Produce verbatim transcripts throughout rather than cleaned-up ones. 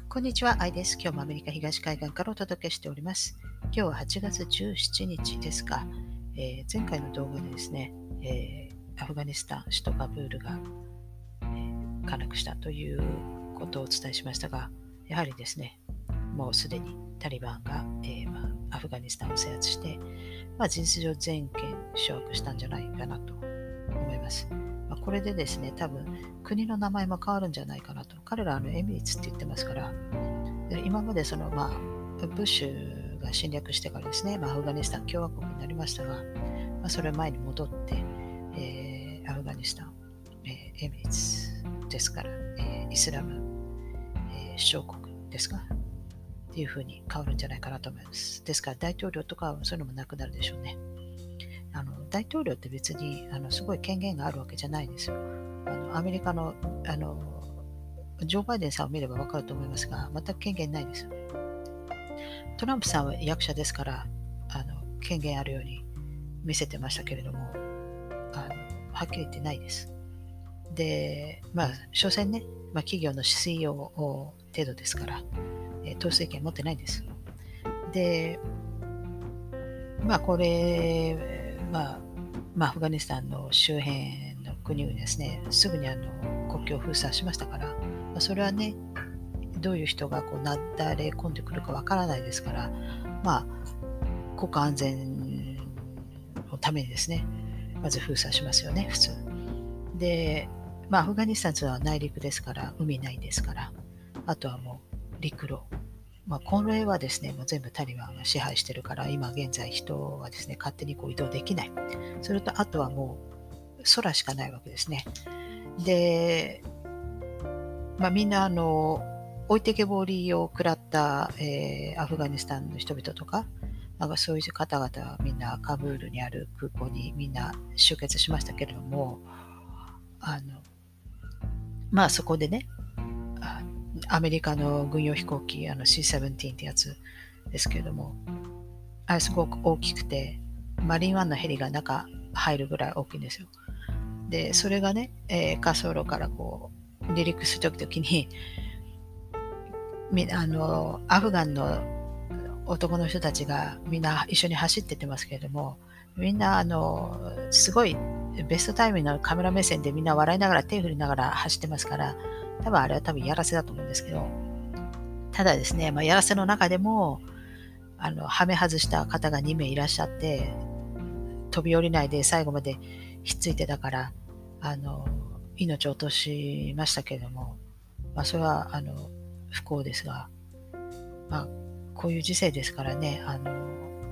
こんにちは、アイです。今日もアメリカ東海岸からお届けしております。今日ははちがつじゅうしちにちですが、えー前回の動画でですね、えーアフガニスタン、首都カブールが、えー陥落したということをお伝えしましたが、やはりですね、もうすでにタリバンが、えーまあ、アフガニスタンを制圧して、まあ、事実上全権掌握したんじゃないかなと思います。まあ、これでですね、多分国の名前も変わるんじゃないかなと。彼らはあのエミリーツって言ってますから、で今までその、まあ、ブッシュが侵略してからですね、まあ、アフガニスタン共和国になりましたが、まあ、それ前に戻って、えーアフガニスタン、えーエミリーツですから、えーイスラム、えー首長国ですかっていうふうに変わるんじゃないかなと思います。ですから大統領とかそういうのもなくなるでしょうね。あの大統領って別にあのすごい権限があるわけじゃないんですよ。あのアメリカのあのジョー・バイデンさんを見れば分かると思いますが、全く権限ないですよ。トランプさんは役者ですから、あの権限あるように見せてましたけれども、あのはっきり言ってないです。で、まあ、所詮ね、まあ、企業の シーイーオー 程度ですから、えー統制権持ってないんです。で、まあ、これ、まあ、まあ、アフガニスタンの周辺の国々ですね、すぐにあの国境を封鎖しましたから、まあ、それはね、どういう人がこうなだれ込んでくるかわからないですから、まあ、国家安全のためにですね、まず封鎖しますよね、普通。で、まあ、アフガニスタンというのは内陸ですから、海ないですから、あとはもう陸路。まあ、これはですね、もう全部タリバンが支配してるから、今現在人はですね、勝手にこう移動できない。それと、あとはもう空しかないわけですね。で、まあ、みんなあの置いてけぼりを食らった、えーアフガニスタンの人々とか、なんかそういう方々はみんなカブールにある空港にみんな集結しましたけれども、あのまあそこでね、あアメリカの軍用飛行機、あの シーセブンティーン ってやつですけれども、あれすごく大きくて、マリーンワンのヘリが中入るぐらい大きいんですよ。で、それがね、えー滑走路からこう離陸するときに、みあのアフガンの男の人たちがみんな一緒に走ってってますけれども、みんなあのすごいベストタイムのカメラ目線でみんな笑いながら手振りながら走ってますから、多分あれは多分やらせだと思うんですけど、ただですね、まあ、やらせの中でもあのはめ外した方がにめいいらっしゃって、飛び降りないで最後までひっついてたからあの命を落としましたけれども、まあ、それはあの不幸ですが、まあ、こういう時世ですからね、あの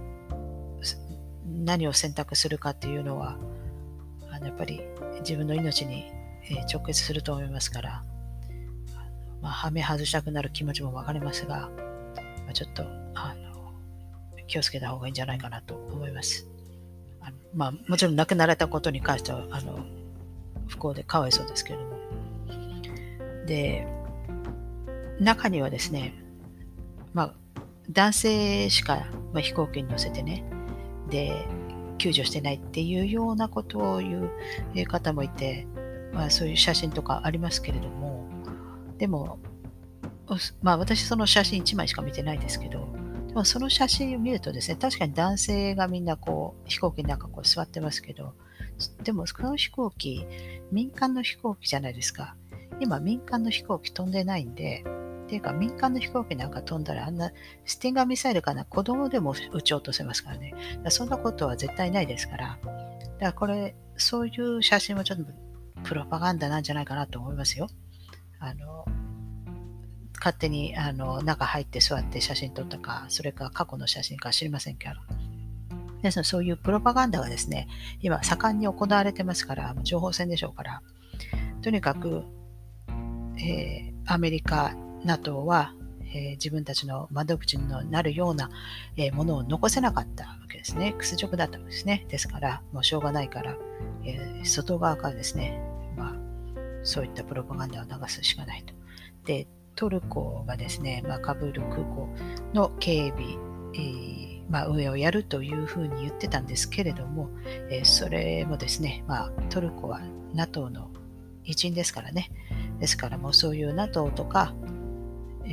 何を選択するかっていうのはあのやっぱり自分の命にえー直結すると思いますから、まあ、はめ外したくなる気持ちも分かりますが、まあ、ちょっとあの気をつけた方がいいんじゃないかなと思います。あのまあ、もちろん亡くなられたことに関してはあの不幸でかわいそうですけれども、で中にはですね、まあ、男性しか、まあ、飛行機に乗せてね、で救助してないっていうようなことを言う方もいて、まあ、そういう写真とかありますけれども、でも、まあ、私その写真いちまいしか見てないですけど、でもその写真を見るとですね、確かに男性がみんなこう飛行機の中こう座ってますけど、でもこの飛行機民間の飛行機じゃないですか。今民間の飛行機飛んでないんで、っていうか民間の飛行機なんか飛んだらあんなスティンガーミサイルかな、子供でも撃ち落とせますからね。だからそんなことは絶対ないですから、だからこれそういう写真はちょっとプロパガンダなんじゃないかなと思いますよ。あの勝手にあの中入って座って写真撮ったか、それか過去の写真か知りませんけど、ですのでそういうプロパガンダがですね、今盛んに行われてますから、情報戦でしょうから、とにかく、えーアメリカ、NATO は、えー自分たちの窓口になるような、えーものを残せなかったわけですね。屈辱だったわけですね。ですから、もうしょうがないから、えー外側からですね、まあ、そういったプロパガンダを流すしかないと。で、トルコがですね、まあ、カブール空港の警備、えーまあ、運営をやるというふうに言ってたんですけれども、えーそれもですね、まあ、トルコは NATO の一員ですからね。ですからもうそういう NATO とか、えー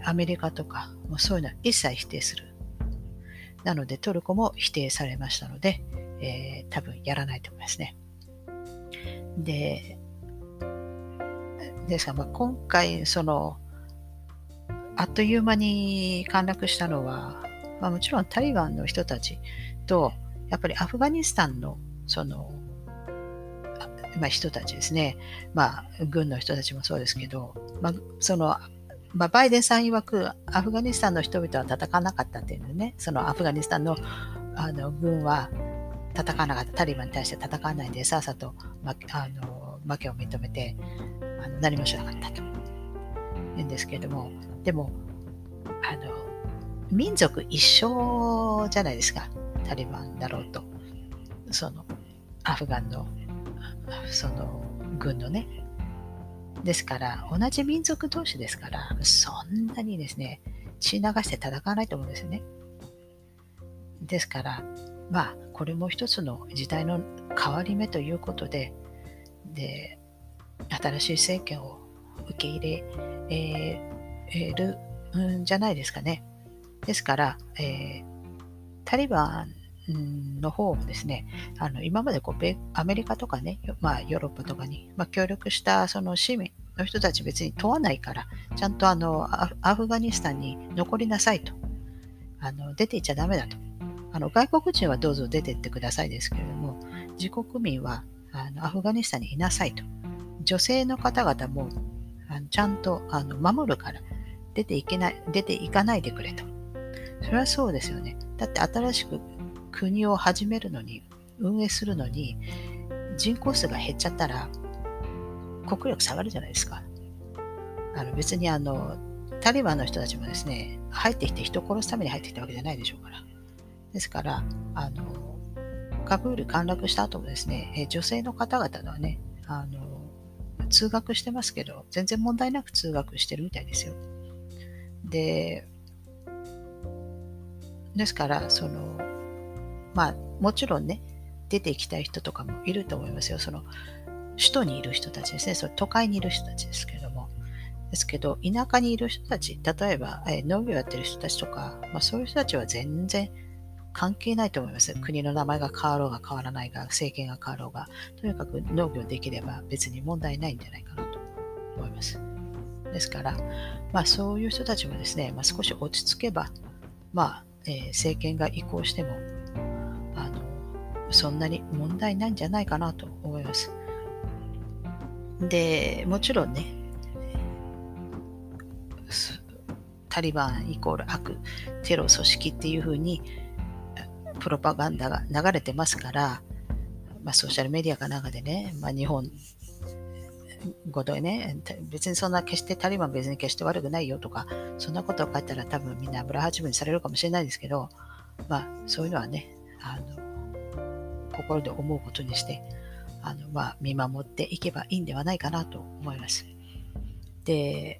ーアメリカとかもうそういうのは一切否定する。なのでトルコも否定されましたので、えー多分やらないと思いますね。で、ですが、まあ、今回そのあっという間に陥落したのは、まあ、もちろんタリバンの人たちとやっぱりアフガニスタンのその、まあ、人たちですね、まあ、軍の人たちもそうですけど、まあ、そのまあ、バイデンさん曰くアフガニスタンの人々は戦わなかったっていうのね、そのアフガニスタンの、あの軍は戦わなかった、タリバンに対して戦わないでさっさと、ま、あの負けを認めてあの何もしなかったと言うんですけれども、でもあの民族一緒じゃないですか、タリバンだろうとそのアフガンのその軍のね。ですから同じ民族同士ですから、そんなにですね血流して戦わないと思うんですよね。ですからまあこれも一つの時代の変わり目ということで、で新しい政権を受け入れ、えー、るんじゃないですかね。ですから、えー、タリバンの方もですね、あの今までこう米アメリカとかね、まあ、ヨーロッパとかに、まあ、協力したその市民の人たち別に問わないから、ちゃんとあの ア, アフガニスタンに残りなさいと、あの出ていっちゃダメだと、あの外国人はどうぞ出てってくださいですけれども、自国民はあのアフガニスタンにいなさいと、女性の方々もあのちゃんとあの守るから出ていけない出ていかないでくれと。それはそうですよね。だって新しく国を始めるのに、運営するのに人口数が減っちゃったら国力下がるじゃないですか。あの別にあのタリバンの人たちもですね、入ってきて人を殺すために入ってきたわけじゃないでしょうから。ですからあのカブール陥落した後もですね、女性の方々はね、あの通学してますけど全然問題なく通学してるみたいですよ。でですからそのまあもちろんね、出ていきたい人とかもいると思いますよ。その首都にいる人たちですね、その都会にいる人たちですけれども、ですけど田舎にいる人たち、例えば、えー農業やってる人たちとか、まあ、そういう人たちは全然関係ないと思います。国の名前が変わろうが変わらないが、政権が変わろうが、とにかく農業できれば別に問題ないんじゃないかなと思います。ですから、まあ、そういう人たちもですね、まあ、少し落ち着けば、まあえー政権が移行してもあのそんなに問題ないんじゃないかなと思います。で、もちろんね、タリバンイコール悪、テロ組織っていう風にプロパガンダが流れてますから、まあ、ソーシャルメディアかなんかでね、まあ、日本語でね、別にそんな決してタリバン別に決して悪くないよとか、そんなことを書いたら多分みんな油始めにされるかもしれないですけど、まあそういうのはね、あの心で思うことにして、あのまあ見守っていけばいいんではないかなと思います。で、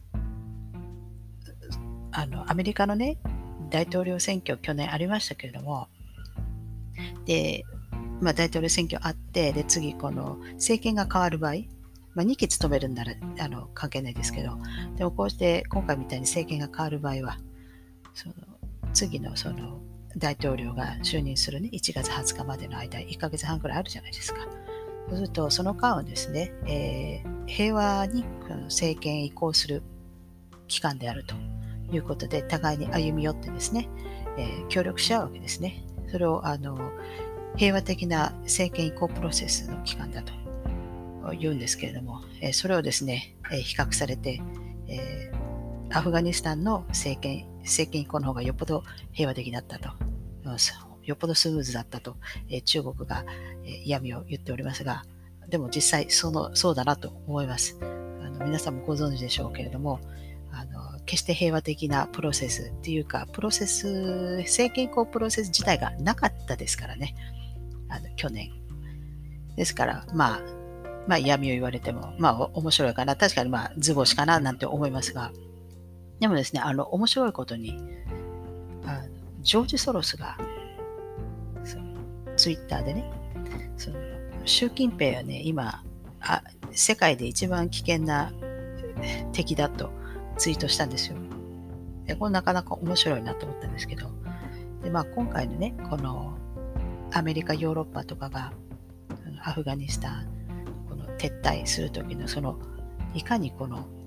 あのアメリカのね、大統領選挙去年ありましたけれども、で、まあ、大統領選挙あって、で次この政権が変わる場合、まあ、にき務めるんならあの関係ないですけど、でもこうして今回みたいに政権が変わる場合は、その次のその大統領が就任する、ね、いちがつはつかまでの間、いっかげつはんくらいあるじゃないですか。そうすると、その間をですね、えー、平和に政権移行する期間であるということで、互いに歩み寄ってですね、えー、協力し合うわけですね。それをあの平和的な政権移行プロセスの期間だと言うんですけれども、えー、それをですね、えー、比較されて、えー、アフガニスタンの政権政権移行の方がよっぽど平和的だったと、よっぽどスムーズだったと、えー、中国が、えー、嫌味を言っておりますが、でも実際そのそうだなと思います。あの皆さんもご存知でしょうけれども、あの決して平和的なプロセスっていうか、プロセス政権移行プロセス自体がなかったですからね、あの去年ですから、まあまあ嫌味を言われてもまあ面白いかな、確かにまあ図星かななんて思いますが、でもですね、あの面白いことにあのジョージ・ソロスがそのツイッターでね、その習近平はね、今あ世界で一番危険な敵だとツイートしたんですよ。 でこれなかなか面白いなと思ったんですけど、で、まあ、今回のね、このアメリカ、ヨーロッパとかがアフガニスタン、この撤退するときのその、いかにこの、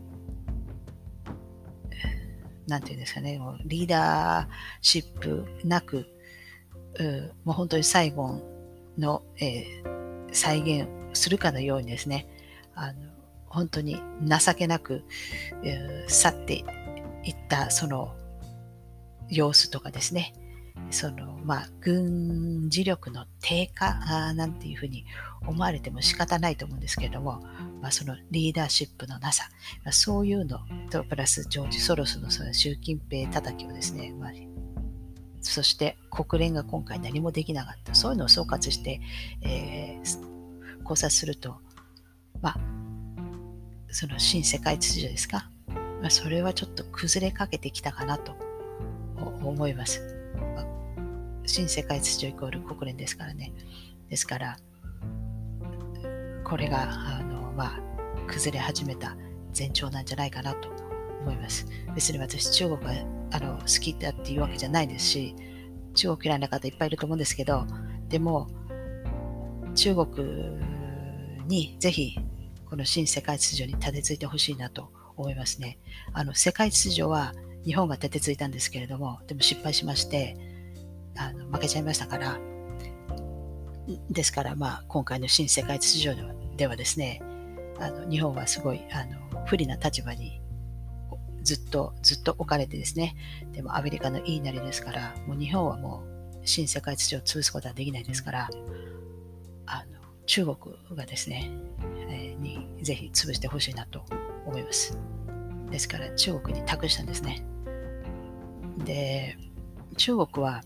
なんていうんですかね、リーダーシップなく、もう本当に最後の、えー、再現するかのようにですね、あの本当に情けなく、えー、去っていったその様子とかですね、そのまあ軍事力の低下なんていうふうに思われても仕方ないと思うんですけれども、まあ、そのリーダーシップのなさ、そういうのとプラスジョージ・ソロスのその習近平叩きをですね、まあ、そして国連が今回何もできなかった、そういうのを総括して、えー、考察すると、まあ、その新世界秩序ですか、まあ、それはちょっと崩れかけてきたかなと思います。まあ、新世界秩序イコール国連ですからね。ですから、これがあの、まあ、崩れ始めた前兆なんじゃないかなと思います。別に私、中国があの好きだっていうわけじゃないですし、中国嫌いな方いっぱいいると思うんですけど、でも、中国にぜひこの新世界秩序に立てついてほしいなと思いますね。あの世界秩序は日本が立てついたんですけれども、でも失敗しましてあの負けちゃいましたから、ですから、まあ、今回の新世界秩序ではですね、あの日本はすごいあの不利な立場にずっとずっと置かれてですね、でもアメリカの言いなりですから、もう日本はもう新世界秩序を潰すことはできないですから、あの中国がですね、えー、にぜひ潰してほしいなと思います。ですから中国に託したんですね。で、中国は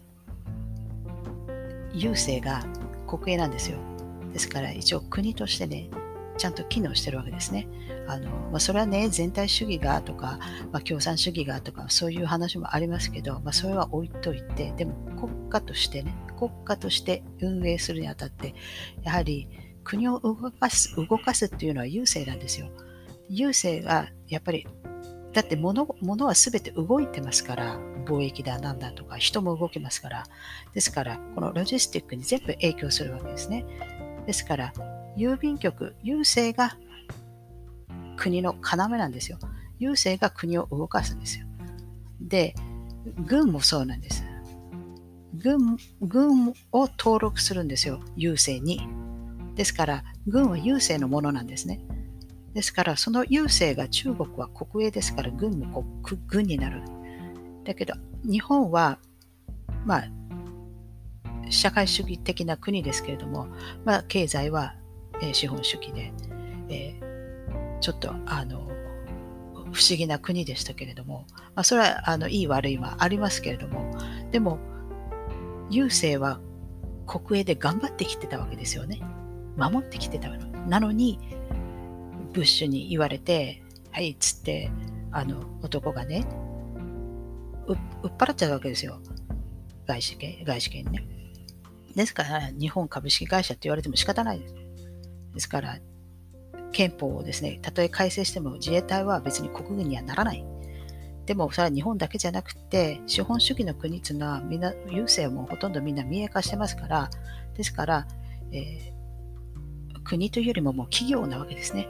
郵政が国営なんですよ。ですから一応国としてね、ちゃんと機能してるわけですね。あのまあ、それはね、全体主義がとか、まあ、共産主義がとか、そういう話もありますけど、まあ、それは置いといて、でも国家としてね、国家として運営するにあたって、やはり国を動かす、動かすっていうのは郵政なんですよ。郵政がやっぱり、だって物、物は全て動いてますから、貿易だなんだとか、人も動きますから、ですから、このロジスティックに全部影響するわけですね。ですから、郵便局、郵政が国の要なんですよ。郵政が国を動かすんですよ。で、軍もそうなんです。軍、軍を登録するんですよ、郵政に。ですから、軍は郵政のものなんですね。ですから、その郵政が中国は国営ですから、軍も国軍になる。だけど、日本は、まあ、社会主義的な国ですけれども、まあ、経済は、えー、資本主義で、えー、ちょっとあの不思議な国でしたけれども、まあ、それはあのいい悪いはありますけれども、でも郵政は国営で頑張ってきてたわけですよね。守ってきてたの。なのにブッシュに言われて、はいっつってあの男がね、う売っ払っちゃうわけですよ。外資系、外資系にね。ですから日本株式会社って言われても仕方ないです。ですから憲法をですね、たとえ改正しても自衛隊は別に国軍にはならない。でもそれは日本だけじゃなくて、資本主義の国っていうのはみんな郵政もほとんどみんな民営化してますから、ですから、えー、国というよりももう企業なわけですね。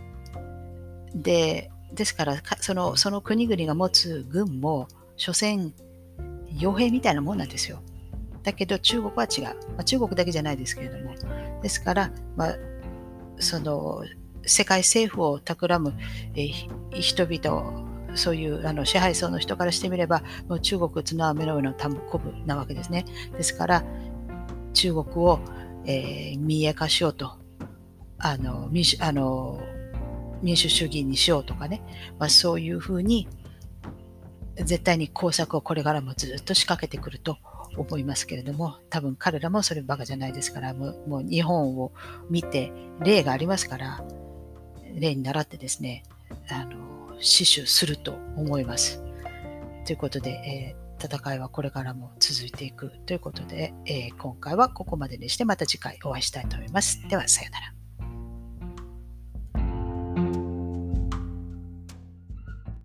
で、ですからそのその国々が持つ軍も所詮傭兵みたいなもんなんですよ。だけど中国は違う。まあ、中国だけじゃないですけれども。ですから、まあ、その世界政府を企む、えー、人々、そういうあの支配層の人からしてみれば、もう中国というのは目の上のたんこぶなわけですね。ですから、中国を、えー、民営化しようと、あの民主あの民主主義にしようとかね、まあ、そういうふうに絶対に工作をこれからもずっと仕掛けてくると思いますけれども、多分彼らもそれバカじゃないですから、もう、もう日本を見て例がありますから、例に倣ってですね、あの死守すると思います。ということで、えー、戦いはこれからも続いていくということで、えー、今回はここまでにして、また次回お会いしたいと思います。では、さようなら。